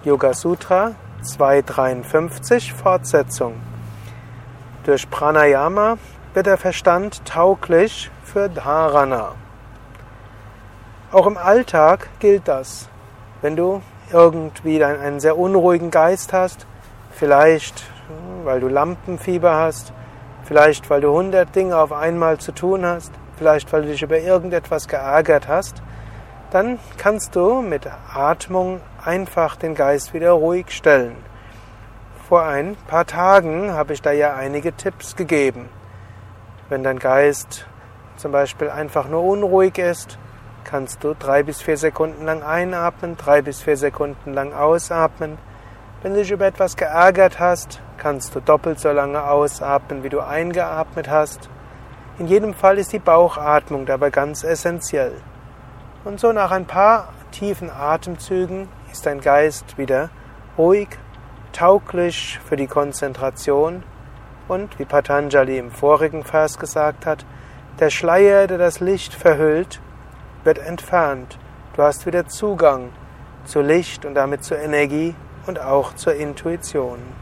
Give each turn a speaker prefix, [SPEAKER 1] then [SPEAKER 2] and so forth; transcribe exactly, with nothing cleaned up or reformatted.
[SPEAKER 1] Yoga Sutra zweihundertdreiundfünfzig, Fortsetzung. Durch Pranayama wird der Verstand tauglich für Dharana. Auch im Alltag gilt das. Wenn du irgendwie einen sehr unruhigen Geist hast, vielleicht weil du Lampenfieber hast, vielleicht weil du hundert Dinge auf einmal zu tun hast, vielleicht weil du dich über irgendetwas geärgert hast, dann kannst du mit Atmung einfach den Geist wieder ruhig stellen. Vor ein paar Tagen habe ich da ja einige Tipps gegeben. Wenn dein Geist zum Beispiel einfach nur unruhig ist, kannst du drei bis vier Sekunden lang einatmen, drei bis vier Sekunden lang ausatmen. Wenn du dich über etwas geärgert hast, kannst du doppelt so lange ausatmen, wie du eingeatmet hast. In jedem Fall ist die Bauchatmung dabei ganz essentiell. Und so nach ein paar tiefen Atemzügen ist dein Geist wieder ruhig, tauglich für die Konzentration und, wie Patanjali im vorigen Vers gesagt hat, der Schleier, der das Licht verhüllt, wird entfernt. Du hast wieder Zugang zu Licht und damit zur Energie und auch zur Intuition.